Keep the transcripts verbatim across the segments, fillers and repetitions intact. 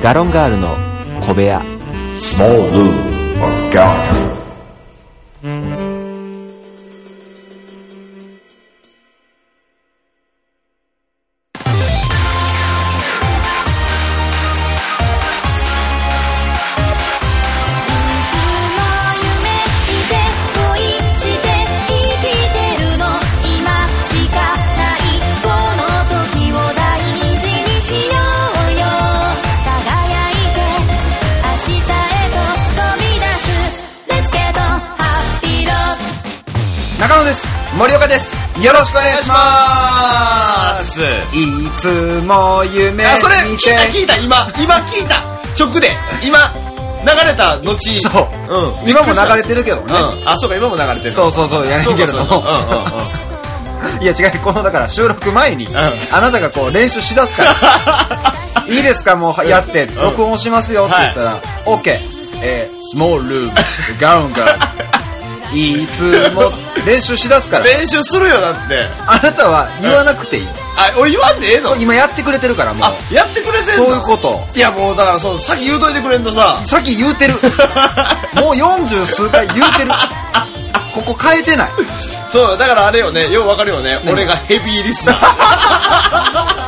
ガロンガールの小部屋。 Small Lou or Gallagher。 森岡です。よろしくお願いしまーす。 いつも夢あ、それ聞いた聞いた今今聞いた直で今流れた後そう、うん、今も流れてるけどね、 うん、あ、そうか今も流れてるそうそうそうやねんけどもいや違う、このだから収録前に、うん、あなたがこう練習しだすからいいですかもうやって録音しますよって言ったら、うん、OK、えー、スモールルームガウンガーいつも練習しだすから練習するよ。だってあなたは言わなくていい、うん、 あ、俺言わんでええの。 今やってくれてるからもう。あ、 やってくれてんの。 そういうこと。 いやもうだからそう先言うといてくれんとさ。 先言うてるもう四十数回言うてるここ変えてない。 そうだからあれよね、ようわかるよね。俺がヘビーリスナー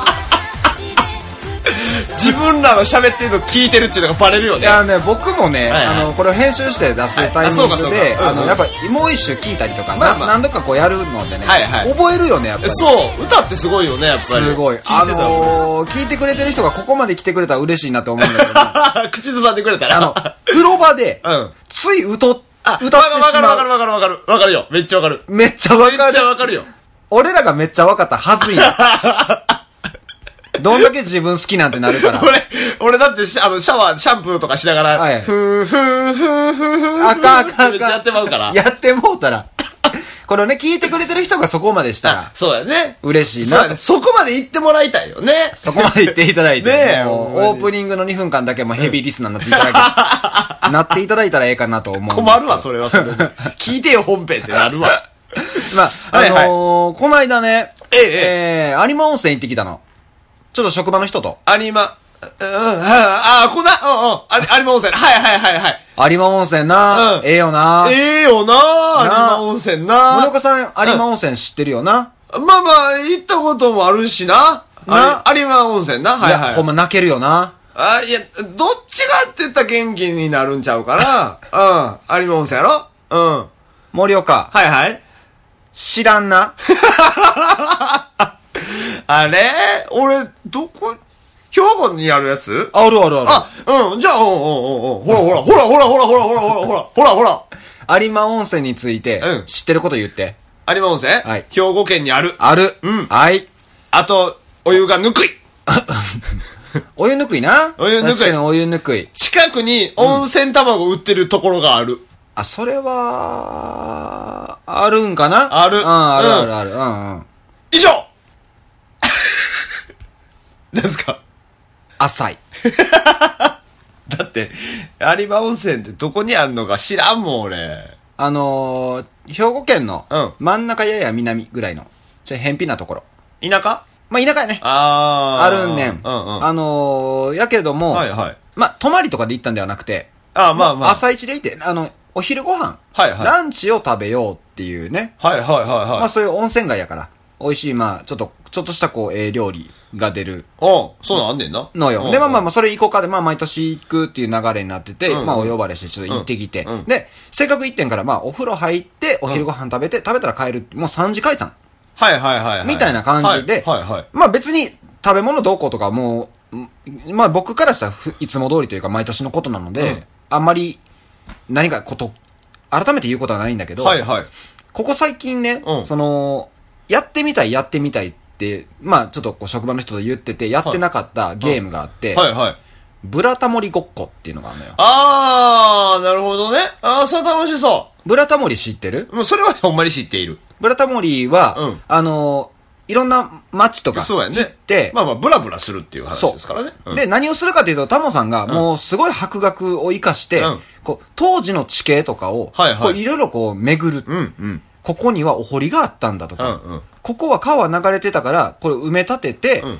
自分らの喋ってるの聞いてるっていうのがバレるよね。 いやね、僕もね、はいはい、あのこれを編集して出すタイミングで、あのやっぱもう一周聞いたりとか、まあまあ、何度かこうやるのでね、はいはい、覚えるよねやっぱり。 そう歌ってすごいよねやっぱり。 すごい。あのー、聞いてくれてる人がここまで来てくれたら嬉しいなと思うんだけど、 口ずさんでくれたら。 あの風呂場で、うん、つい歌ってあ、歌ってしまう。わかるわかるわかるわかるわかるよ。めっちゃわかる。 めっちゃわかる。 めっちゃわかるよ。 俺らがめっちゃわかったはずいや。どんだけ自分好きなんてなるから。 俺、俺だってあのシャワー、シャンプーとかしながら、はい、ふーふーふーふーふー。 あかんあかんあかん。 めっちゃやってまうから。 やってもうたら。これをね、聞いてくれてる人がそこまでしたら。 そうやね。 嬉しいな。 そうね。そこまで言ってもらいたいよね。 そこまで言っていただいて。 ねえ。 オープニングのにふんかんだけもヘビーリスナーになっていただけ、なっていただいたらええかなと思う。 困るわ、それはそれで。聞いてよ、本編ってなるわ。 まあ、あのー、この間ね、ええ、えー、有馬温泉行ってきたの。ちょっと職場の人と。 有馬、うん、ああ、こんな、うんうん、有馬温泉。はいはいはいはい。 有馬温泉な、ええよな。 ええよな、有馬温泉な。 森岡さん、有馬温泉知ってるよな。 まあまあ、行ったこともあるしな。な。有馬温泉な。はいはい。いや、 ほんま泣けるよな。 あ、いや、どっちがって言ったら元気になるんちゃうかな。うん。有馬温泉やろ。うん。 森岡。 はいはい。 知らんな。 あれ俺、どこ、兵庫にあるやつ？ あるあるある。 あ、うん、じゃあ、うんうんうんうん。ほらほら、ほらほらほらほらほらほらほらほらほら。 有馬温泉について、知ってること言って。 有馬温泉？はい。兵庫県にある。 ある。 うん。 はい。 あと、お湯がぬくい。 お湯ぬくいな。 お湯ぬくい。 確かにお湯ぬくい。 近くに温泉卵売ってるところがある。 あ、それは、あるんかな？ ある。 うん、あるあるある。うんうん。 以上何すか？ 浅い。 だって、有馬温泉ってどこにあんのか知らんもん、俺。 あのー、兵庫県の真ん中やや南ぐらいの、ちょ、偏僻なところ。 田舎？ まあ、田舎やね。 あー。あるんねん。うんうん。あのー、やけども、はいはい。まあ、泊まりとかで行ったんではなくて、 あーまあまあ。 朝一で行って、あの、お昼ご飯、はいはい。ランチを食べようっていうね。 はいはいはいはい。 まあ、そういう温泉街やから、美味しい、まあ、ちょっと、ちょっとしたこう、えー、料理が出る。 ああ、そうなんあんねんな。 のよ。で、まあまあまあ、それ行こうかで、まあ毎年行くっていう流れになってて、うんうん、まあお呼ばれしてちょっと行ってきて、うんうん。で、せっかく行ってんから、まあお風呂入って、お昼ご飯食べて、食べたら帰る。もうさんじ解散。 はいはいはい、はい。 みたいな感じで、はいはいはい。まあ別に食べ物どうこうとかもう、まあ僕からしたらいつも通りというか毎年のことなので、うん、あんまり何かこと、改めて言うことはないんだけど、はいはい。ここ最近ね、うん、その、やってみたいやってみたいって、まあちょっとこう職場の人と言ってて、やってなかったゲームがあって、はい、はいはい。ブラタモリごっこっていうのがあるのよ。 あー、なるほどね。あー、それ楽しそう。 ブラタモリ知ってる？ もうそれはほんまに知っている。 ブラタモリは、うん、あのー、いろんな街とか行って、そうやね。 まあまあ、ブラブラするっていう話ですからね。 うん、で、何をするかというと、タモさんが、もうすごい博学を活かして、うん、こう、当時の地形とかを、はいはい。こう、いろいろこう、巡る。うん、うん。ここにはお堀があったんだとか、うんうん、ここは川流れてたから、これ埋め立てて、うん、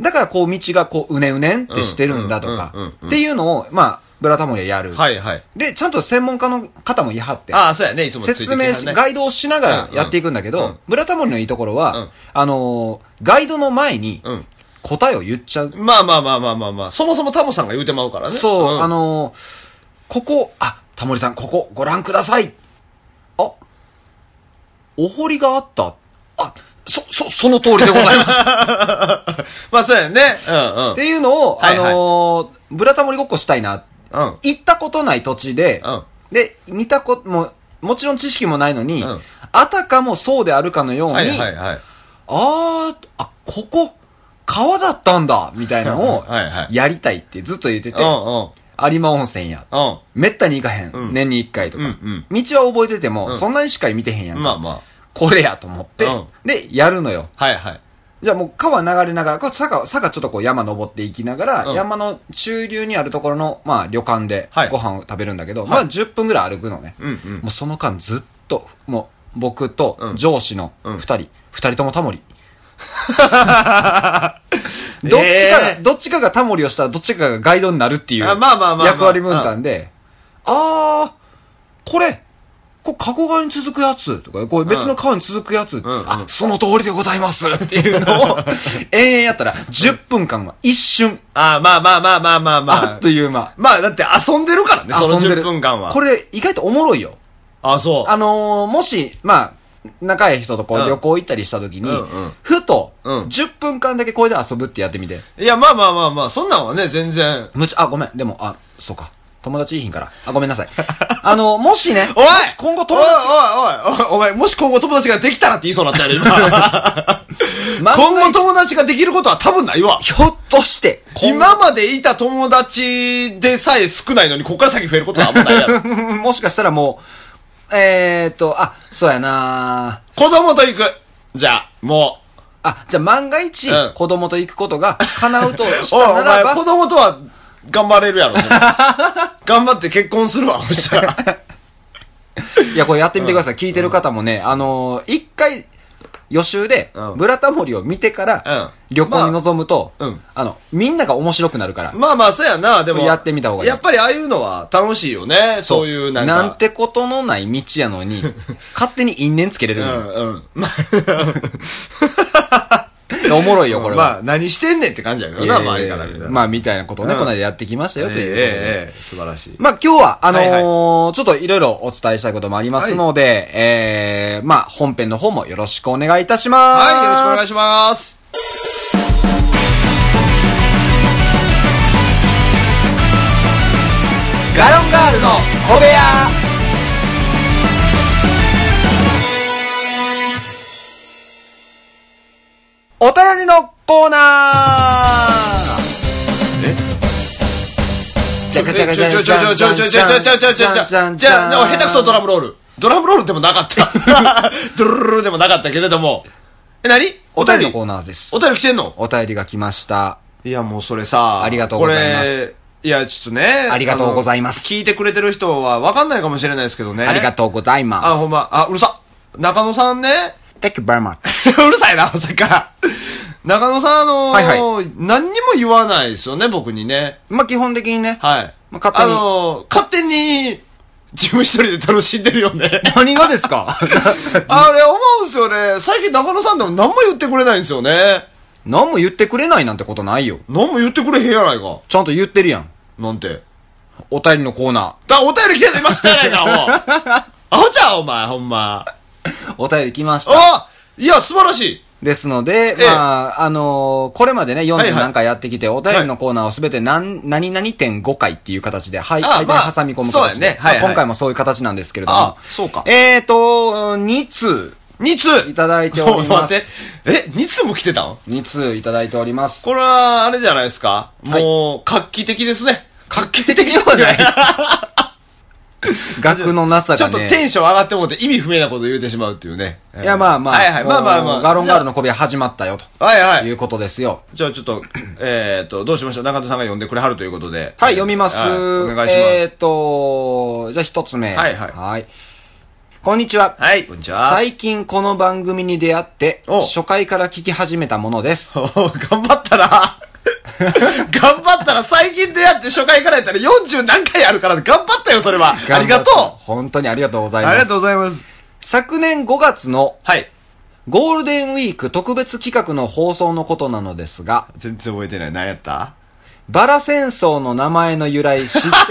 だからこう道がこううねうねんってしてるんだとか、っていうのを、まあ、ブラタモリはやる。 はいはい。 で、ちゃんと専門家の方もいはって。 ああ、そうやね。いつもついてきてはんね説明し、ガイドをしながらやっていくんだけど、うんうん、ブラタモリのいいところは、うん、あのー、ガイドの前に、答えを言っちゃう。 まあまあまあまあまあまあ。そもそもタモさんが言うてまうからね。 そう、うん、あのー、ここ、あ、タモリさん、ここご覧ください。あ、お堀があった。あ、そ、そ、その通りでございます。 まあそうやね。うんうん。 っていうのを、はいはい、あのー、ブラタモリごっこしたいな。うん。行ったことない土地で、うん。で、見たこと、も、もちろん知識もないのに、うん。あたかもそうであるかのように、はいはいはい。あー、あ、ここ、川だったんだ、みたいなのを、はいはい。やりたいってずっと言ってて、うんうん。有馬温泉や。うん。めったに行かへん。うん、年に一回とか。うんうん。道は覚えてても、うん、そんなにしっかり見てへんやんか。まあまあ。これやと思って、うん、で、やるのよ。はいはい。じゃあもう川流れながら、これ坂、坂ちょっとこう山登っていきながら、うん、山の中流にあるところの、まあ旅館でご飯を食べるんだけど、はい、まあじゅっぷんぐらい歩くのね。うんうん、もうその間ずっと、もう僕と上司の二人、二、うん、人ともタモリ。どっちかが、えー、どっちかがタモリをしたらどっちかがガイドになるっていう役割分担で、あー、これ、これ、加古川に続くやつとか、これ別の川に続くやつ、うん、あ、その通りでございますっていうのを、延々やったら、じゅっぷんかんは一瞬。 ああ、まあまあまあまあまあまあ。 あっという間。 まあ、だって遊んでるからね、そのじゅっぷんかんは。 これ、意外とおもろいよ。 あ、そう。 あのー、もし、まあ、仲いい人とこう旅行行ったりした時に、うんうん、ふと、うん、じゅっぷんかんだけこれで遊ぶってやってみて。 いや、まあまあまあまあ、そんなんはね、全然。 むちゃ、あ、ごめん。でも、あ、そうか。友達いいひんから。あ、ごめんなさい。あの、もしね。 おい今後友達。 おいおいおいお前、もし今後友達ができたらって言いそうになったよね、今。今後友達ができることは多分ないわ。 ひょっとして。 今までいた友達でさえ少ないのに、こっから先増えることはあんまないやろ。 もしかしたらもう、えーっと、あ、そうやな子供と行く。じゃあ、もう。 あ、じゃあ万が一、うん、子供と行くことが叶うとしたならば。 おい、お前子供とは、頑張れるやろ。頑張って結婚するわ、そしたら。 いや、これやってみてください。うん、聞いてる方もね、あのー、一回、予習で、うん、ブラタモリを見てから、うん、旅行に臨むと、まあ、うん、あの、みんなが面白くなるから。 まあまあ、そうやな、でも。 やってみた方がいい。 やっぱりああいうのは楽しいよね。そう、そういうなんか。 なんてことのない道やのに、勝手に因縁つけれるの。うんうん。まあおもろいよ、これは。 まあ、何してんねんって感じやけどな、周りから見たら。 まあ、みたいなことをね、この間やってきましたよ、という。 ええ、素晴らしい。 まあ、今日は、あのー、ちょっといろいろお伝えしたいこともありますので、ええ、まあ、本編の方もよろしくお願いいたします。 はい、よろしくお願いします。 ガロンガールの小部屋。お便りのコーナー。 え？じゃかじゃかじゃかじゃかじゃかじゃかじゃかじゃかじゃかじゃかじゃかじゃあ、下手くそドラムロール。ドラムロールでもなかった。ドルルルでもなかったけれども。え、何？ お便りのコーナーです。 お便り来てんの？ お便りが来ました。 いや、もうそれさ。 ありがとうございます。 いや、ちょっとね。 ありがとうございます。 聞いてくれてる人は分かんないかもしれないですけどね。 ありがとうございます。 あ、ほんま。あ、うるさ。中野さんね。 Thank you very much. うるさいな、さっきから。中野さん、あのー、はいはい、何にも言わないですよね、僕にね。 まあ、基本的にね。 はい。 まあ、勝手に。 あのー、勝手に、自分一人で楽しんでるよね。 何がですかあれ、思うんですよね。最近中野さんでも何も言ってくれないんですよね。 何も言ってくれないなんてことないよ。 何も言ってくれへんやないか。 ちゃんと言ってるやん。 なんて。 お便りのコーナー。だ、お便り来てんの今知ってないか、もう。アホちゃう、お前、ほんま。 お便り来ました。 あいや、素晴らしい。 ですので、ええ、まあ、あのー、これまでね、よんじゅう何回やってきて、はいはい、お便りのコーナーをすべて何、何々点ごかいっていう形で、はい、間に挟み込む形で、 そうやね、はいはい、 今回もそういう形なんですけれども、 あ、そうか。 えーと、に通。 に通いただいております。 え、に通も来てたん ? に 通いただいております。 これは、あれじゃないですか、はい、もう、画期的ですね。 画期的ではない。学のなさがね。 ちょっとテンション上がってもって意味不明なこと言うてしまうっていうね。 いや、まあまあ。 はいはい。まあまあまあ。 ガロンガールの小部屋始まったよと。 はいはい。 いうことですよ。 じゃあちょっと、えーっと、どうしましょう。中田さんが読んでくれはるということで。 はい、読みます。 お願いします。 えーっと、じゃあ一つ目。 はいはい。 はい。 こんにちは。 はい、こんにちは。 最近この番組に出会って、 お初回から聞き始めたものです。 頑張ったな。頑張ったら最近出会って初回からやったらよんじゅう何回あるから頑張ったよ、それは。ありがとう。 本当にありがとうございます。 ありがとうございます。 昨年ごがつの、 はい。 ゴールデンウィーク特別企画の放送のことなのですが、 全然覚えてない。何やった？ バラ戦争の名前の由来知ってます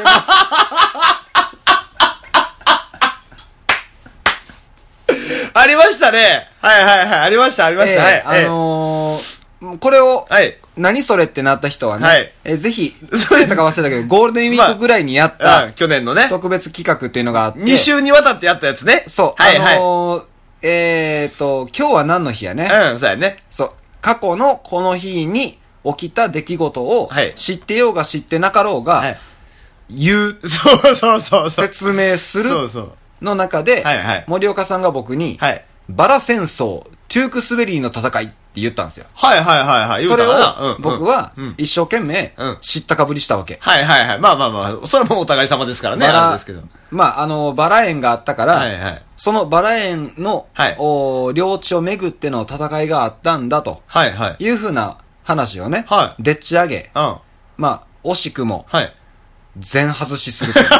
ありましたね。はいはいはい。ありました、ありました。 えー、はい。あのー、これを、はい。何それってなった人はね、はい。えー、ぜひ、そうやったか忘れたけど、ゴールデンウィークぐらいにやった、まあ、 去年のね、 特別企画っていうのがあって、 に週にわたってやったやつね。 そう。はいはい。あのー、えーと、今日は何の日やね。 うん、そうやね。 そう。過去のこの日に起きた出来事を、知ってようが知ってなかろうが、はい、言う。 そうそうそう。 説明する。そうそう。の中で、はいはい、森岡さんが僕に、はい、バラ戦争、トゥークスベリーの戦いって言ったんですよ。 はいはいはいはい。 それを、僕は、一生懸命、知ったかぶりしたわけ。 はいはいはい。まあまあまあ、それもお互い様ですからね、あれですけど。 まあ、あの、バラ園があったから、はいはい、そのバラ園の、はい、お領地をめぐっての戦いがあったんだと、はいはい、いうふうな話をね、はい、でっち上げ、うん、まあ、惜しくも、はい、全外しするという。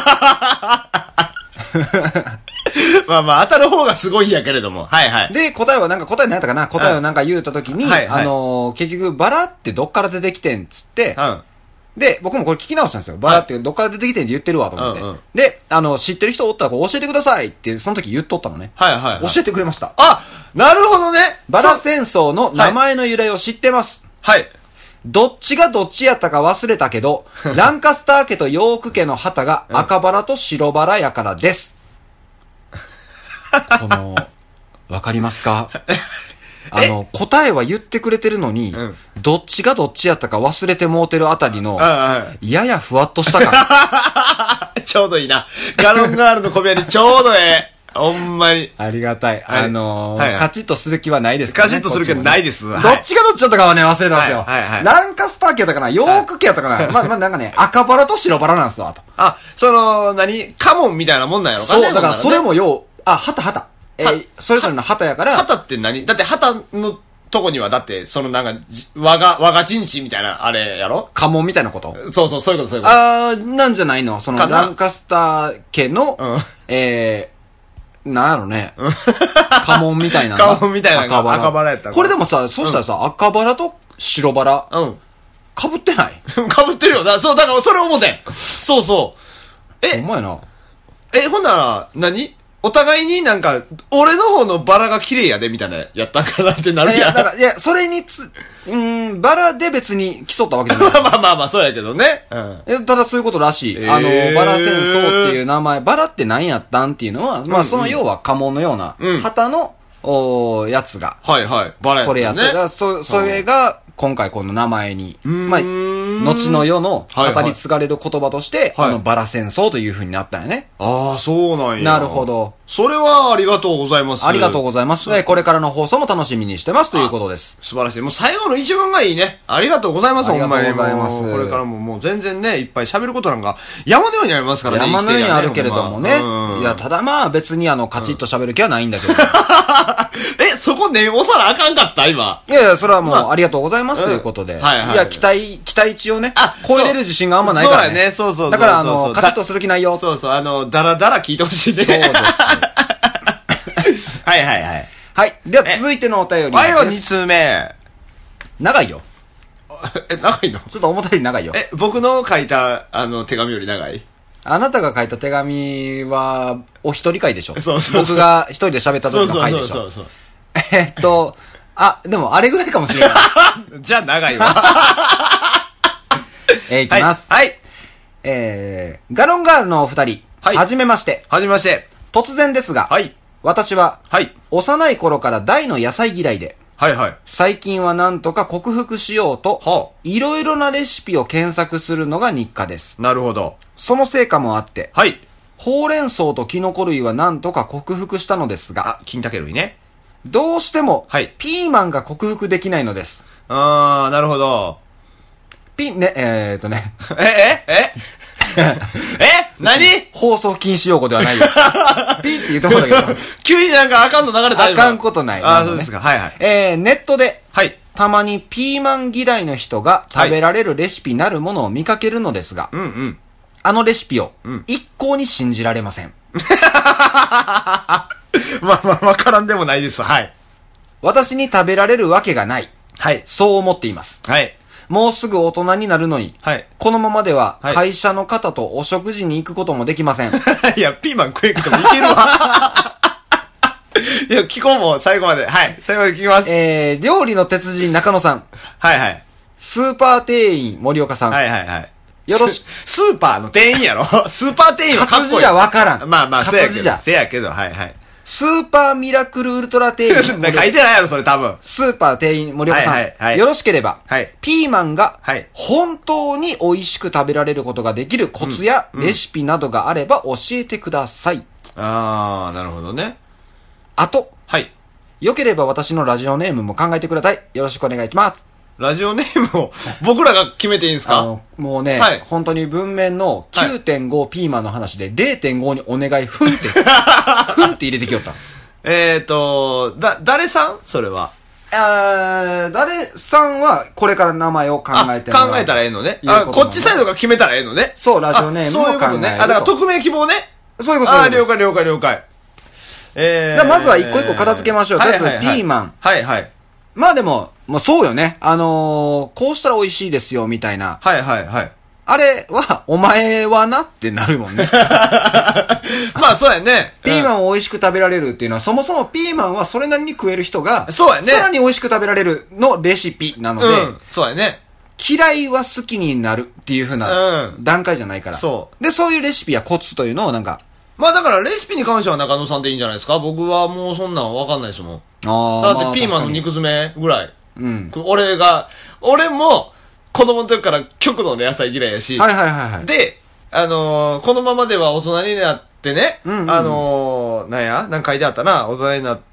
まあまあ、当たる方がすごいんやけれども。はいはい。 で、答えはなんか、答え何やったかな答えをなんか言うたときに、はいはい、あのー、結局、バラってどっから出てきてんつって、うん、で、僕もこれ聞き直したんですよ。バラってどっから出てきてんって言ってるわと思って。はい、で、あの、知ってる人おったらこう教えてくださいって、その時言っとったのね。はいはい、はい。教えてくれました。 あ、なるほどね。 バラ戦争の名前の由来を知ってます。はい。どっちがどっちやったか忘れたけど、ランカスター家とヨーク家の旗が赤バラと白バラやからです。この、わかりますか？あの、答えは言ってくれてるのに、うん、どっちがどっちやったか忘れてもうてるあたりの、ややふわっとしたか。 ちょうどいいな。ガロンガールの小部屋にちょうどええ。ほんまに。 ありがたい。あのーはいはい、カチッとする気はないですかね。カチッとする気はないです。 どっちがどっちだったかはね、忘れてますよ。はいはいはい、ランカスター家やったかなヨーク家やったかな、はい、まあまあなんかね、赤バラと白バラなんですよ、あと。 あ、その、何カモンみたいなもんなんやろかね。 そう、だからそれもよう、あ、旗旗。えー、それぞれの旗やから。 旗って何だって旗のとこにはだって、そのなんか、我が、我が陣地みたいな、あれやろ家紋みたいなことそうそう、そういうこと、そういうこと。 あー、なんじゃないのその、ランカスター家の、うん、えー、なんやろね。家紋みたいな。 家紋みたいな。 赤バラ。 赤バラやったこれでもさ、そしたらさ、うん、赤バラと白バラ。うん。被ってない被ってるよ。だそう、だからそれ思うてん。そうそう。 え、お前な。 え、ほんなら、何お互いになんか、俺の方のバラが綺麗やで、みたいな、やったんかなってなるやん。いや、 だから、いや、それにつ、うん、バラで別に競ったわけじゃない。 まあまあまあまあ、そうやけどね。うん。 え、ただそういうことらしい。えー、あの、バラ戦争っていう名前、バラって何やったんっていうのは、まあその要は家紋のような、旗の、おやつが。 はいはい。バラやったね。 それやって。だからそ、それが、今回この名前に、まあ、後の世の語り継がれる言葉として、はいはい、あの、バラ戦争という風になったんやね。 ああ、そうなんや。 なるほど。 それはありがとうございます。 ありがとうございます。で、これからの放送も楽しみにしてますということです。 素晴らしい。もう最後の一文がいいね。ありがとうございます、ほんまに。ありがとうございます。これからももう全然ね、いっぱい喋ることなんか山のようにありますからね。 山のようにあるけれどもね。いや、ただまあ別にあの、カチッと喋る気はないんだけど。 え、そこね、押さなあかんかった今。 いやいや、それはもうありがとうございますということで。はいはい。いや、期待、期待値をね、超えれる自信があんまないからね。 そうやね、そうそう。 だからあの、カチッとする気ないよ。 そうそう、あの、だらだら聞いてほしいね。そうです。はいはいはい。 はい。では続いてのお便りです。 はい、に通目。 長いよ。 え、長いのちょっと思ったより長いよ。 え、僕の書いた、あの、手紙より長いあなたが書いた手紙は、お一人会でしょ。 そうそうそう。 僕が一人で喋った時の会でしょ。そうそうそうそう。えっと、あ、でもあれぐらいかもしれない。 じゃあ長いわ。 えー、いきます。はい。はい、えー、ガロンガールのお二人。はい。はじめまして。 はじめまして。 突然ですが。はい。私は。はい。幼い頃から大の野菜嫌いで。はいはい。最近はなんとか克服しようと。はあ。いろいろなレシピを検索するのが日課です。 なるほど。 その成果もあって。はい。ほうれん草とキノコ類はなんとか克服したのですが。 あ、金茸類ね。 どうしても。はい。ピーマンが克服できないのです。 あー、なるほど。 ピ、ね、えーっとね。 え、え、ええ何放送禁止用語ではないよ。ピーって言ってもらったけど。 急になんかあかんの流れたあかんことない。 ああ、そうですか。はいはい。 えー、ネットで、 はい。 たまにピーマン嫌いの人が食べられるレシピなるものを見かけるのですが、 うんうん。 あのレシピを一向に信じられません。 まあまあ、わからんでもないです。はい。 私に食べられるわけがない。 はい。 そう思っています。 はい。 もうすぐ大人になるのに、はい。このままでは会社の方とお食事に行くこともできません。 いや、ピーマン食えなくてもいけるわ。いや、聞こうも、最後まで。はい。最後まで聞きます。 えー、料理の鉄人中野さん。 はいはい。 スーパー店員森岡さん。 はいはいはい。 よろし、 スーパーの店員やろスーパー店員はかっこいい。 活字じゃわからん。 まあまあ、せやけど。せやけど、はいはい。 スーパーミラクルウルトラ店員。書いてないやろ、それ多分。 スーパー店員森岡さん。はいはいはい。よろしければ、はい。ピーマンが、はい。本当に美味しく食べられることができるコツやレシピなどがあれば教えてください。うんうん、 あー、なるほどね。 あと、 はい。 よければ私のラジオネームも考えてください。よろしくお願いします。 ラジオネームを僕らが決めていいんですか？あの、 もうね、はい、本当に文面の きゅうてんご ピーマンの話で れいてんご にお願い、ふんって、ふんって入れてきよった。 えーと、だ、誰さんそれは。 あー、誰さんはこれから名前を考えてもらう。 考えたらええのね。あ、こっちサイドが決めたらええのね。 そう、ラジオネームを考えると。 そういうことね。あ、だから匿名希望ね。 そういうことね。 あ、了解了解了解。 えー。まずは一個一個片付けましょう。まず、ピーマン。 はいはい。 まあでも、まあそうよね。あのー、こうしたら美味しいですよ、みたいな。 はいはいはい。 あれは、お前はなってなるもんね。 まあそうやね。 ピーマンを美味しく食べられるっていうのは、そもそもピーマンはそれなりに食える人が、 そうやね。 さらに美味しく食べられるのレシピなので、うん、 そうやね。 嫌いは好きになるっていう風な段階じゃないから。うん、そう。で、そういうレシピやコツというのをなんか、 まあだからレシピに関しては中野さんでいいんじゃないですか？僕はもうそんなんわかんないですもん。ああ。だってピーマンの肉詰めぐらい。うん。俺が、俺も子供の時から極度の野菜嫌いやし。 はいはいはいはい。 で、あのー、このままでは大人になってね、うんうんうん、あのー、なんやなんか書いてあったな、大人になって、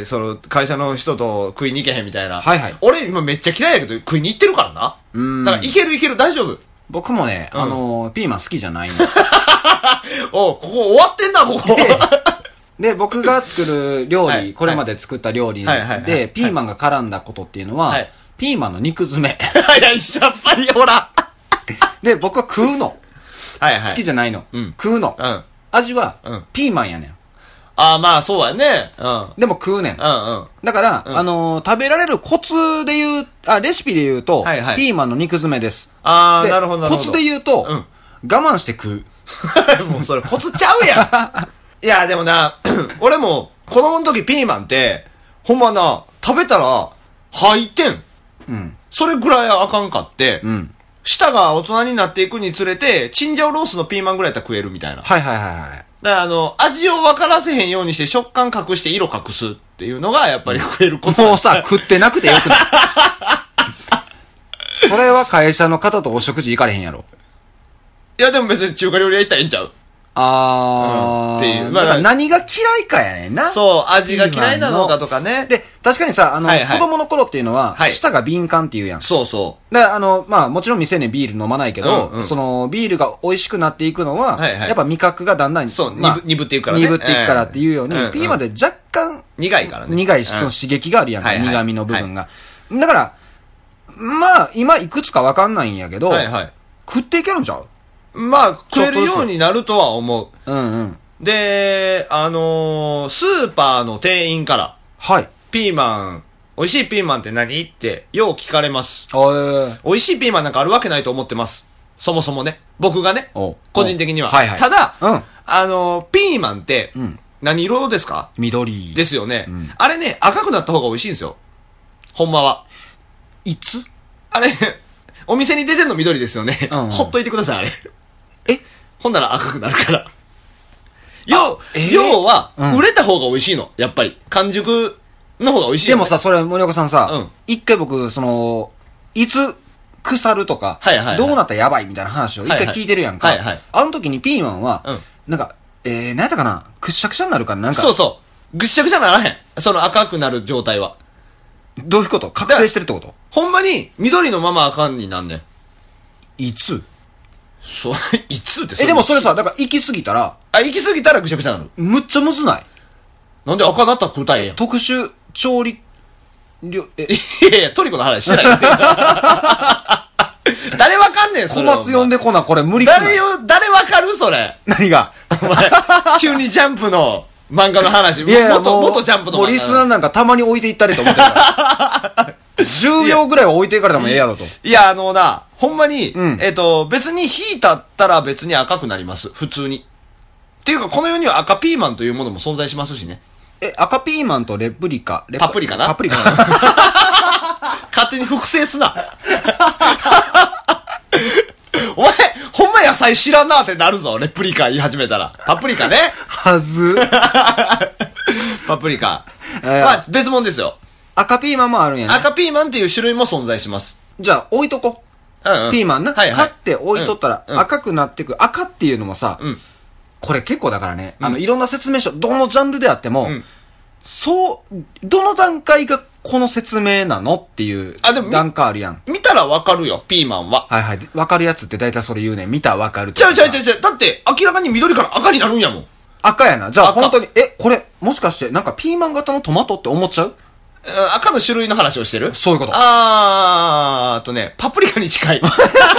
その、会社の人と食いに行けへんみたいな。はいはい。俺今めっちゃ嫌いやけど食いに行ってるからな。うん。だからいけるいける大丈夫。 僕もね、うん、あのー、ピーマン好きじゃないの。 おここ終わってんな、ここ。 で、僕が作る料理、はい、これまで作った料理で、はいはいはいはい、ピーマンが絡んだことっていうのは、はい、ピーマンの肉詰め。 いや、一緒やっぱり、ほら。 で、僕は食うの。はいはい。好きじゃないの。うん、食うの。うん、味は、うん、ピーマンやねん。 ああ、まあ、そうやね。うん。 でも食うねん。うんうん。だから、うん、あのー、食べられるコツで言う、あ、レシピで言うと、はいはい、ピーマンの肉詰めです。 ああ、なるほどなるほど。 コツで言うと、うん、我慢して食う。 もうそれコツちゃうやん。いや、でもな、俺も子供の時ピーマンって、ほんまな、食べたら吐いてん。うん。それぐらいあかんかって、うん。舌が大人になっていくにつれて、チンジャオロースのピーマンぐらいやったら食えるみたいな。 はいはいはいはい。 だからあの、味を分からせへんようにして食感隠して色隠すっていうのがやっぱり食えるコツ。 もうさ、食ってなくてよくない？それは会社の方とお食事行かれへんやろ。 いやでも別に中華料理屋行ったらええんちゃう？ あー、うん。っていう。まあ、だから何が嫌いかやねんな。 そう、味が嫌いなのかとかね。 で、確かにさ、あの、はいはい、子供の頃っていうのは、はい、舌が敏感っていうやん。 そうそう。 だから、あの、まあ、もちろん未成年ビール飲まないけど、うんうん、その、ビールが美味しくなっていくのは、はいはい、やっぱ味覚がだんだん、 そう、 まあ、 鈍っていくからね。 鈍っていくからっていうように、えー、ピーマンで若干、 苦いからね。 苦い、その刺激があるやんか、うん、苦味の部分が。はいはい、だから、まあ、今いくつかわかんないんやけど、はいはい、食っていけるんちゃう？ まあ、食えるようになるとは思う。うんうん。で、あのー、スーパーの店員から、はい。ピーマン、美味しいピーマンって何って、よう聞かれます。美味しいピーマンなんかあるわけないと思ってます。そもそもね。僕がね。個人的には。はいはい。ただ、うん、あのー、ピーマンって、うん、何色ですか？ 緑。 ですよね、うん。あれね、赤くなった方が美味しいんですよ。ほんまは。 いつ？ あれ、お店に出てんの緑ですよね。うんうん、ほっといてください、あれ。え？ほんなら赤くなるから。要、えー、要は、うん、売れた方が美味しいの。やっぱり。完熟の方が美味しい、ね。 でもさ、それ、森岡さんさ、うん、一回僕、その、いつ腐るとか、はいはいはい、どうなったらやばいみたいな話を一回聞いてるやんか。はいはいはいはい、あの時にピーマンは、うん、なんか、えー、何やったかな？くっしゃくしゃになるかななんか。 そうそう。ぐっしゃくしゃならへん。その赤くなる状態は。 どういうこと？覚醒してるってこと？ ほんまに、緑のまま赤になんねん。 いつ？ そう、いつってえ、でもそれさ、だから行き過ぎたら、 あ、行き過ぎたらぐちゃぐちゃなる。 むっちゃむずない？ なんで赤なったら食うたらええやん。 特殊調理、りょえ、 いやいや、トリコの話してない。誰わかんねん、そ小れ。 松呼んでこな、これ無理くない？ 誰よ、誰わかるそれ。 何が？ お前、急にジャンプの漫画の話。 いやいや、 元、 もう元ジャンプの漫画。 もうリスナーなんかたまに置いていったりと思ってるから。じゅうびょうぐらいは置いていかれたもええやろと。 いや、あのな、ほんまに、 うんえっと、別に引いたったら別に赤くなります。普通に。っていうか、この世には赤ピーマンというものも存在しますしね。 え、赤ピーマンとレプリカ。レパプリカなパプリカな。 勝手に複製すな。お前、ほんま野菜知らんなってなるぞ。レプリカ言い始めたら。パプリカね。 はず。 パプリカ。 いやまあ、別物ですよ。 赤ピーマンもあるんやね。 赤ピーマンっていう種類も存在します。 じゃあ、置いとこ。 うんうん。 ピーマンな。 はいはい。 買って置いとったらうんうん赤くなってく。赤っていうのもさ、 うん。 これ結構だからね、あの、いろんな説明書、どのジャンルであっても、 うんそう、どの段階がこの説明なのっていうあでも段階あるやん。 見たらわかるよ、ピーマンは。 はいはい。わかるやつって大体それ言うねん。見たらわかるってちゃうちゃうちゃうちゃう。だって、明らかに緑から赤になるんやもん。 赤やな。じゃあ赤本当に、え、これ、もしかして、なんかピーマン型のトマトって思っちゃう？ うん赤の種類の話をしてる？ そういうことあー、あとね、パプリカに近い。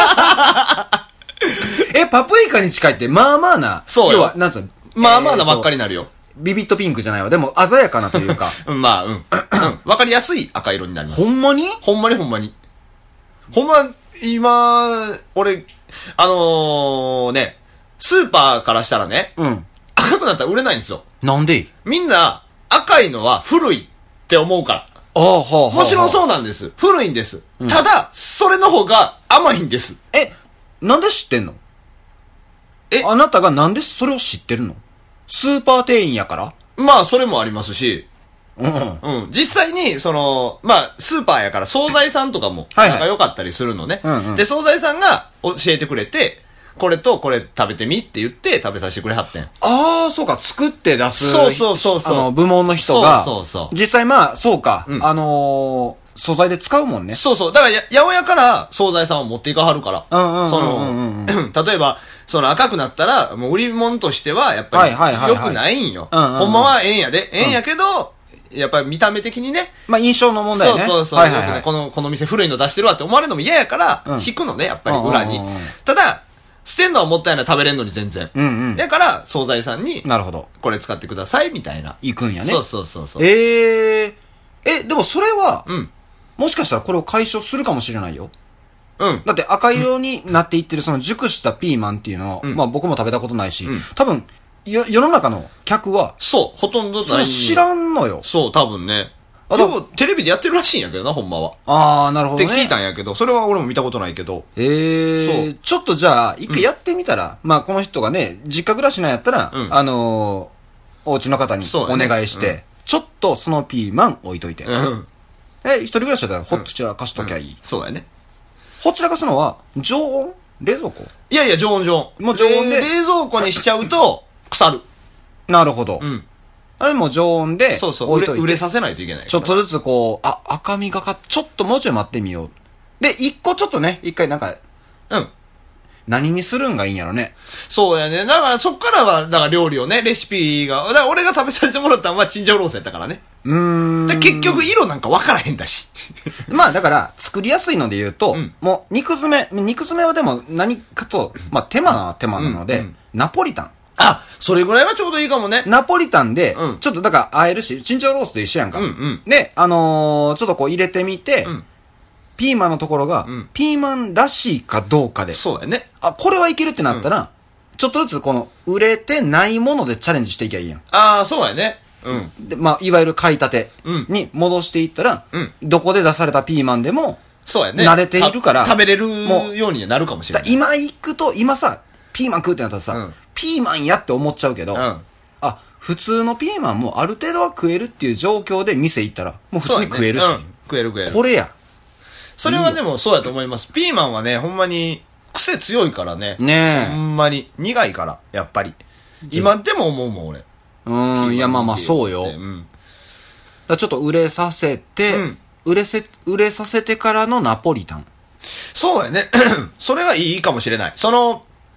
え、パプリカに近いって、まあまあな。 そうよ要は、なんつうの。 まあまあなばっかりり。 になるよ。 ビビットピンクじゃないわ。でも、鮮やかなというか。 うん、まあ、うん。うんわかりやすい赤色になります。 ほんまに？ ほんまにほんまに。ほんま、今、俺、あのー、ね、スーパーからしたらね、 うん。 赤くなったら売れないんですよ。 なんでいい？ みんな、赤いのは古いって思うから。 ああ、はあ、はあ。 もちろんう。 そうなんです。古いんです。ただ、それの方が甘いんです。 え、なんで知ってんの？ えあなたがなんでそれを知ってるの？スーパー店員やから？ まあ、それもありますし、 うん。 うん。実際に、その、まあ、スーパーやから、惣菜さんとかも、 はいはい仲良かったりするのね。 うんうんで、惣菜さんが教えてくれて、これとこれ食べてみって言って食べさせてくれはってん。 ああ、そうか、作って出す。 そうそうそうそうあの、部門の人が。 そうそうそう実際まあ、そうか。 うんあのー、素材で使うもんね。 そうそう。だから、や、八百屋から惣菜さんを持っていかはるから。 うんうんうんそうんうんの、例えば、その赤くなったら、もう売り物としては、やっぱり、 はいはいはいはい良くないんよ。 うんうんうんほんまはええんやで。ええんやけど、やっぱり見た目的にね。 まあ、印象の問題ね。 そうそうそう。 はいはいはい。 よくねこの、この店古いの出してるわって思われるのも嫌やから、 うん引くのね、やっぱり裏にうんうんうんうん。 ただ、捨てんのはもったいない食べれんのに全然。 うんうんだから、惣菜さんに、 なるほど。 これ使ってください、みたいな。 行くんやね。 そうそうそうそう。 ええー。え、でもそれは、 うん。 もしかしたらこれを解消するかもしれないよ。 うん。 だって赤色になっていってるその熟したピーマンっていうのを、 うんまあ僕も食べたことないし、 うん多分、よ、世の中の客は、 そう、ほとんどそれない。 知らんのよ。 そう、多分ね。 あとようテレビでやってるらしいんやけどな、ほんまは。 ああ、なるほどね。 って聞いたんやけど、それは俺も見たことないけど。 ええそうー、ちょっとじゃあ、一回やってみたら、まあこの人がね、実家暮らしなんやったら、 うんあのー、お家の方におそうやね願いして、 うんちょっとそのピーマン置いといて。 うん。 え、一人暮らしだったらほっちらかしときゃいい。 そうやね。 ほっちらかすのは、常温冷蔵庫いやいや、常温常温。 もう常温で冷冷蔵庫にしちゃうと、腐る。 なるほど。 うん。 あれも常温で、 そうそう。売れ、 置いといて売れさせないといけない。 ちょっとずつこう、あ、赤みがかっ、ちょっともうちょい待ってみよう。で、一個ちょっとね、一回なんか、 うん。 何にするんがいいんやろね。 そうやね。だからそっからは、だから料理をね、レシピが、だから俺が食べさせてもらったのはチンジャオロースやったからね。 うーん。 で結局色なんか分からへんだし。 まあだから、作りやすいので言うと、 うんもう肉詰め、肉詰めはでも何かと、まあ手間は手間なので、 うんうんナポリタン。 あ、それぐらいはちょうどいいかもね。 ナポリタンで、 うんちょっとだから和えるし、チンジャオロースと一緒やんか。 うんうんで、あのー、ちょっとこう入れてみて、 うんピーマンのところが、 うんピーマンらしいかどうかで、 そうやね。 あ、これはいけるってなったら、ちょっとずつこの売れてないものでチャレンジしていきゃいいやん。 ああ、そうやね。うん。 で、まあ、いわゆる買いたてうんに戻していったら、 うんどこで出されたピーマンでも、 そうやね。 慣れているからた食べれるもうようになるかもしれない。 だ今行くと、今さ、ピーマン食うってなったらさ、 うんピーマンやって思っちゃうけど、 うんあ、普通のピーマンもある程度は食えるっていう状況で店行ったら、もう普通に食えるし、 そうやねうん食える食える。 これや。 それはでもそうやと思います。ピーマンはね、ほんまに癖強いからね。 ねえほんまに。苦いから、やっぱり。今でも思うもん、俺。 うーん、いやまあまあそうよ。だかうん。 らちょっと売れさせて、 うん売れせ、売れさせてからのナポリタン。 そうやね。それがいいかもしれない。その、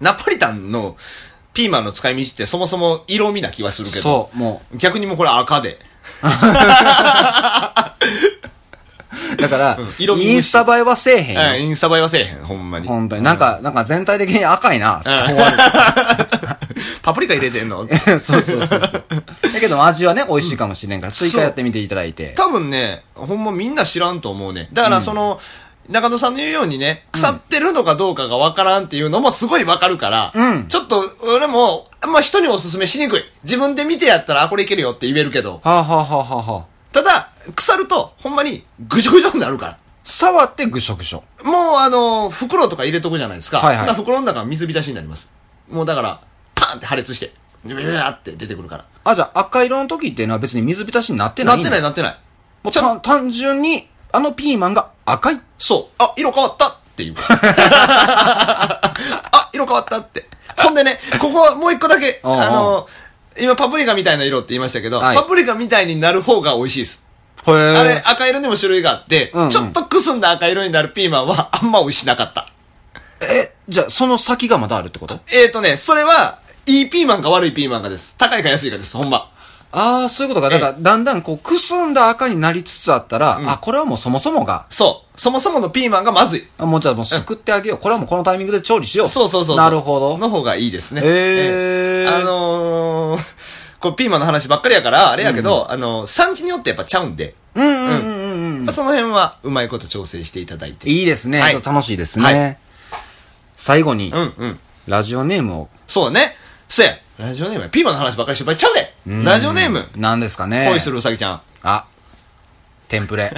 ナポリタンのピーマンの使い道ってそもそも色味な気はするけど。 そう、もう。逆にもうこれ赤で。 だから、うん、 色味インスタ映えはせえへんよ。 うん、インスタ映えはせえへん、ほんまに。 ほんとに。なんか、なんか全体的に赤いな、って思われる。 パプリカ入れてんのそうそうそうそう。だけど味はね、美味しいかもしれんから、追加やってみていただいて。 多分ね、ほんまみんな知らんと思うね。だからその、うん、中野さんの言うようにね、腐ってるのかどうかがわからんっていうのもすごいわかるから、うん、ちょっと、俺も、あんま人におすすめしにくい。自分で見てやったら、あ、これいけるよって言えるけど。 はあ、はあはあはあ、 ただ、腐ると、ほんまに、ぐしょぐしょになるから。 触ってぐしょぐしょ。 もう、あの、袋とか入れとくじゃないですか。 はいはい。 袋の中は水浸しになります。もうだから、パーンって破裂して、ビビビーって出てくるから。 あ、じゃあ赤色の時っていうのは別に水浸しになってないんだ。 なってないなってない。 もうた単純に、あのピーマンが赤い。 そう。あ、色変わったっていう。あ、色変わったって。ほんでね、ここもう一個だけ、あの、今パプリカみたいな色って言いましたけど、はい、パプリカみたいになる方が美味しいです。 へー。 あれ、赤色にも種類があって、うんうん、ちょっとくすんだ赤色になるピーマンはあんま美味しなかった。 え、じゃあその先がまだあるってこと？ えーとね、それは、いいピーマンか悪いピーマンかです。高いか安いかです、ほんま。 ああ、そういうことか。だから、だんだんこう、くすんだ赤になりつつあったら、うん、あ、これはもうそもそもが。 そう。そもそものピーマンがまずい。 あ、もうじゃあもうすくってあげよう。うん、これはもうこのタイミングで調理しよう。 そうそうそうそう。 なるほど。 の方がいいですね。 へー。 えー、あのー、これピーマンの話ばっかりやから、あれやけど、うん、あのー、産地によってやっぱちゃうんで。 うんうんうんうん。うん、 その辺は、うまいこと調整していただいて。 いいですね。はい、楽しいですね。はい、最後に、うんうん、ラジオネームを。 そうね。そうや。ラジオネームや。ピーマンの話ばっかりしてばっちゃうで。ラジオネーム。 何ですかね。 恋するうさぎちゃん。 あ。テンプレ。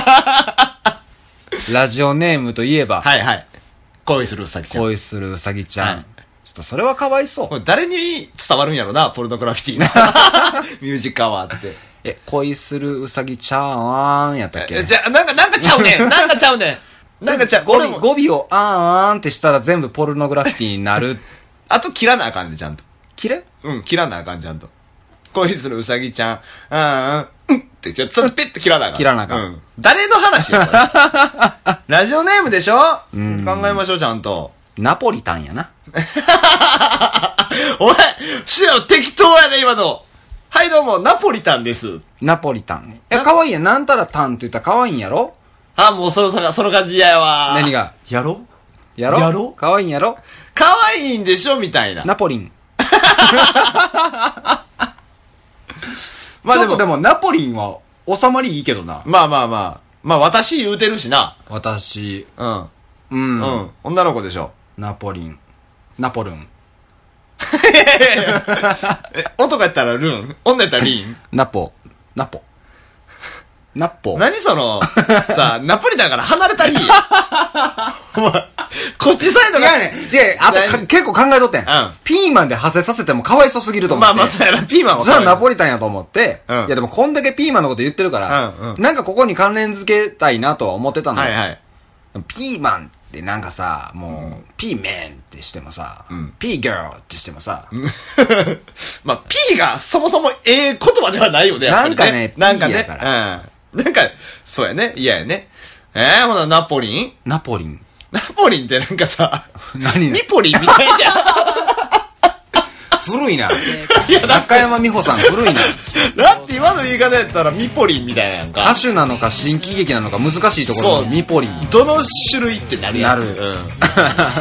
ラジオネームといえば。 はいはい。恋するうさぎちゃん。 恋するうさぎちゃん。はい、ちょっとそれはかわいそう。 これ誰に伝わるんやろな、ポルノグラフィティの。ミュージックアワーって。 え、恋するうさぎちゃんやったっけ？ じゃ、なんか、なんかちゃうねん。なんかちゃうねん。なんかちゃう。 語尾、語尾をあーんあーんってしたら全部ポルノグラフィティになる。 あと切らなあかんで、ちゃんと。 切れ？ うん、切らなあかん、ちゃんと。恋するうさぎちゃん、あーん、うんって、ちょっとペッて切らなあかん。 切らなあかん。 うん。誰の話やラジオネームでしょ？うん。考えましょう、ちゃんと。 ナポリタンやな。 おい、しろ、適当やね、今の。はい、どうも、ナポリタンです。 ナポリタン。いや、かわいいやん。なんたらタンって言ったらかわいいんやろ？ あ、もうその、その感じやわ。 何が？ やろ？ やろ？ やろ？ かわいいんやろ？ かわいいんでしょみたいな。 ナポリン。 まあちょっとでも、ナポリンは収まりいいけどな。 まあまあまあ。まあ私言うてるしな。 私。 うん。 うん。 うん。女の子でしょ。 ナポリン。ナポルン。 男やったらルン？女やったらリン？ ナポ。ナポ。ナポ。 何その、さあ、ナポリタンから離れたり。お前、こっちサイドが。 違うね。違う。あと結構考えとってん。うん。ピーマンで派生させてもかわいそうすぎると思って。 まあまあ、そうやな、ピーマンは。 じゃあナポリタンやと思って。 うん。 いやでもこんだけピーマンのこと言ってるから、うんうん。なんかここに関連付けたいなとは思ってたんだよ。 はいはい。 ピーマンってなんかさ、もう、うん、ピーメンってしてもさ、うん、ピーギャルってしてもさ、 まあ、ピーがそもそもええ言葉ではないよね、 なんかね、 なんかね、うん。なんか、そうやね、嫌やね。えー、ほな、ナポリンナポリン。 ナポリンってなんかさ、 何ミポリンみたいじゃん。 古いな。いや、中山美穂さん古いな。 だって今の言い方やったらミポリンみたいなやんか。 歌手なのか新喜劇なのか難しいところのミポリン。 どの種類ってなるやん。なる。うん。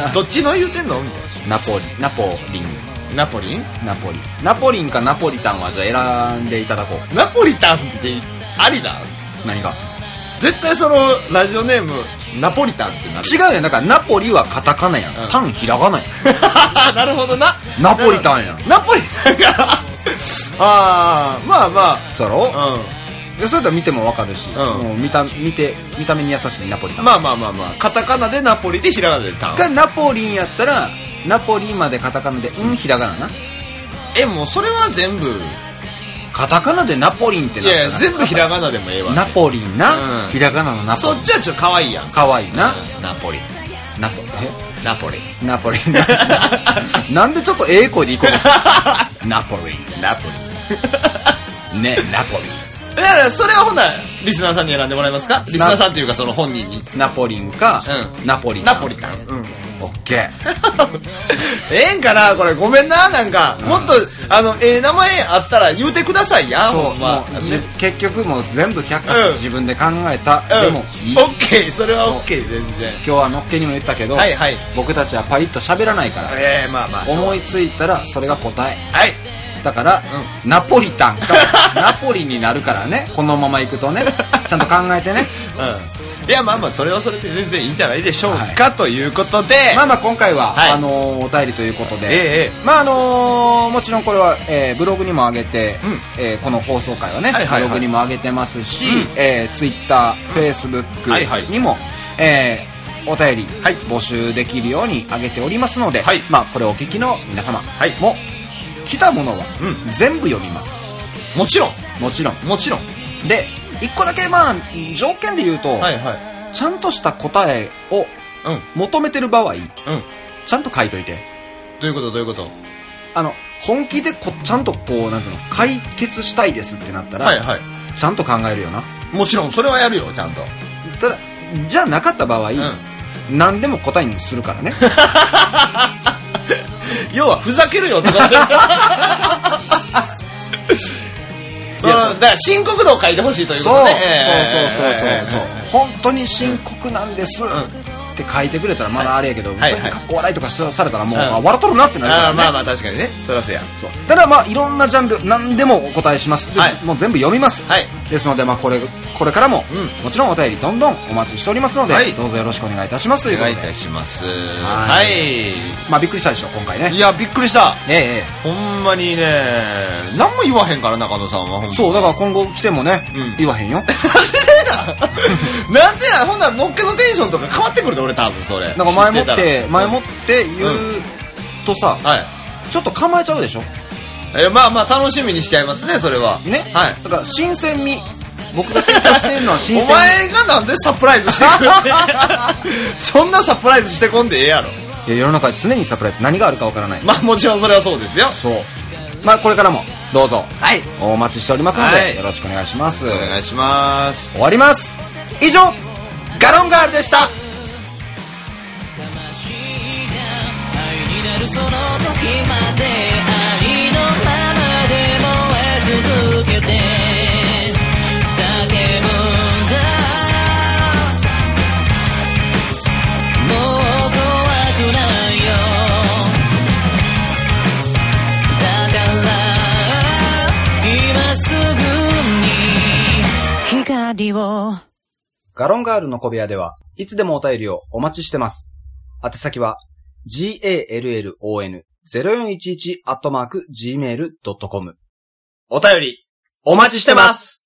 どっちの言うてんのみたいな。ナポリ、ナポリン。 ナポリンナポリン。ナポリンかナポリタンはじゃあ選んでいただこう。ナポリタンってありだ。 何が？ 絶対そのラジオネームナポリタンってなる。 違うやん。だからナポリはカタカナやん。うん、タンひらがなやん。 なるほどな。 ナポリタンやん。 ナポリタンがああ、まあまあ。 そうやろ？うん。でそれと見てもわかるし、うん、もう見た見て見た目に優しいナポリタン。 まあまあまあまあ。カタカナでナポリでひらがなでタン。 がナポリンやったらナポリまでカタカナでうんひらがなな。 え、もうそれは全部。 カタカナでナポリンってなったらいやいや全部ひらがなでもええわ、ね、 ナポリンな、うん、ひらがなのナポリンそっちはちょっとかわいいやんかわいいな、 うん、ナポリンナポえナポリンナポリンなんでちょっとええ声でいこうとしてナポリンナポリンねナポリンだからそれはほなリスナーさんに選んでもらえますか？リスナーさんっていうかその本人に。 ナポリンか、 うん、 ナポリタン。 ナポリタン。うん。 オッケー。 ええんかなこれ、ごめんな、なんか、うん、もっと、あの、ええ名前あったら言うてくださいや、ほんま。 結局もう全部却下して自分で考えた。うん、でもいい。 オッケー、それはオッケー、全然。 今日はのっけにも言ったけど、 はいはい、 僕たちはパリッと喋らないから。 ええー、まあまあ。 思いついたらそれが答え。 はい。 だから、うん、ナポリタンか、ナポリになるからね、このままいくとね、ちゃんと考えてね。 うん。いや、まあまあ、それはそれで全然いいんじゃないでしょうか、はい、ということで。 まあまあ、今回は、はい、あのー、お便りということで、ええ、まああのー、もちろんこれは、えー、ブログにも上げて、うん、えー、この放送回はね、はいはいはい、ブログにも上げてますし、うん、えー、ツイッター、フェイスブックにも、はいはい、えー、お便り、はい、募集できるように上げておりますので、はい、まあ、これをお聞きの皆様も、はい、来たものは、うん、全部読みます。 もちろんもちろんもちろんで、一個だけまあ条件で言うと、はいはい、ちゃんとした答えを求めてる場合、うん、ちゃんと書いといて。 どういうことどういうこと？ あの本気でこちゃんとこうなんていうの解決したいですってなったら、はいはい、ちゃんと考えるよな。 もちろんそれはやるよ、ちゃんと。 ただじゃあなかった場合、うん、何でも答えにするからね。 要はふざけるよってことでしょ。そうだから深刻度を書いてほしいということね。 そうそうそうそうそう、本当に深刻なんです、うん、って書いてくれたらまだあれやけど、はい、それでかっこ笑いとかされたらもう、はい、まあ、笑っとるなってなるから、ね、 あまあまあ確かにね、そらせや。 そうだからまあいろんなジャンル何でもお答えします、はい、もう全部読みます、はい、ですのでまあこれこれからも、うん、もちろんお便りどんどんお待ちしておりますので、はい、どうぞよろしくお願いいたしますということで。 お願いいたします。 はい、まあびっくりしたでしょ今回ね。 いやびっくりした。 ええほんまにね、何も言わへんから中野さんは。 そうだから今後来てもね、うん、言わへんよ。なんでななんでなほんならのっけのテンションとか変わってくるで俺多分それ。 なんか前もって前もって言うとさ、うんはい、ちょっと構えちゃうでしょ。 えまあまあ楽しみにしちゃいますねそれはね。はい。だから新鮮味、僕が提供しているのは新鮮味。 お前がなんでサプライズしてくるってそんなサプライズしてこんでええやろ。 いや世の中で常にサプライズ何があるかわからない。 まあもちろんそれはそうですよ。 そうまあこれからもどうぞ、はい、お待ちしておりますので、はい、よろしくお願いします。 お願いします。 終わります。以上ガロンガールでした。その時までありのままで燃え続けて叫ぶんだ。もう怖くないよ。だから今すぐに光を。ガロンガールの小部屋ではいつでもお便りをお待ちしてます。宛先はジーエーエルエルオーエヌゼロよんいちいち アットマークジーメールドットコム。 お便りお待ちしてます。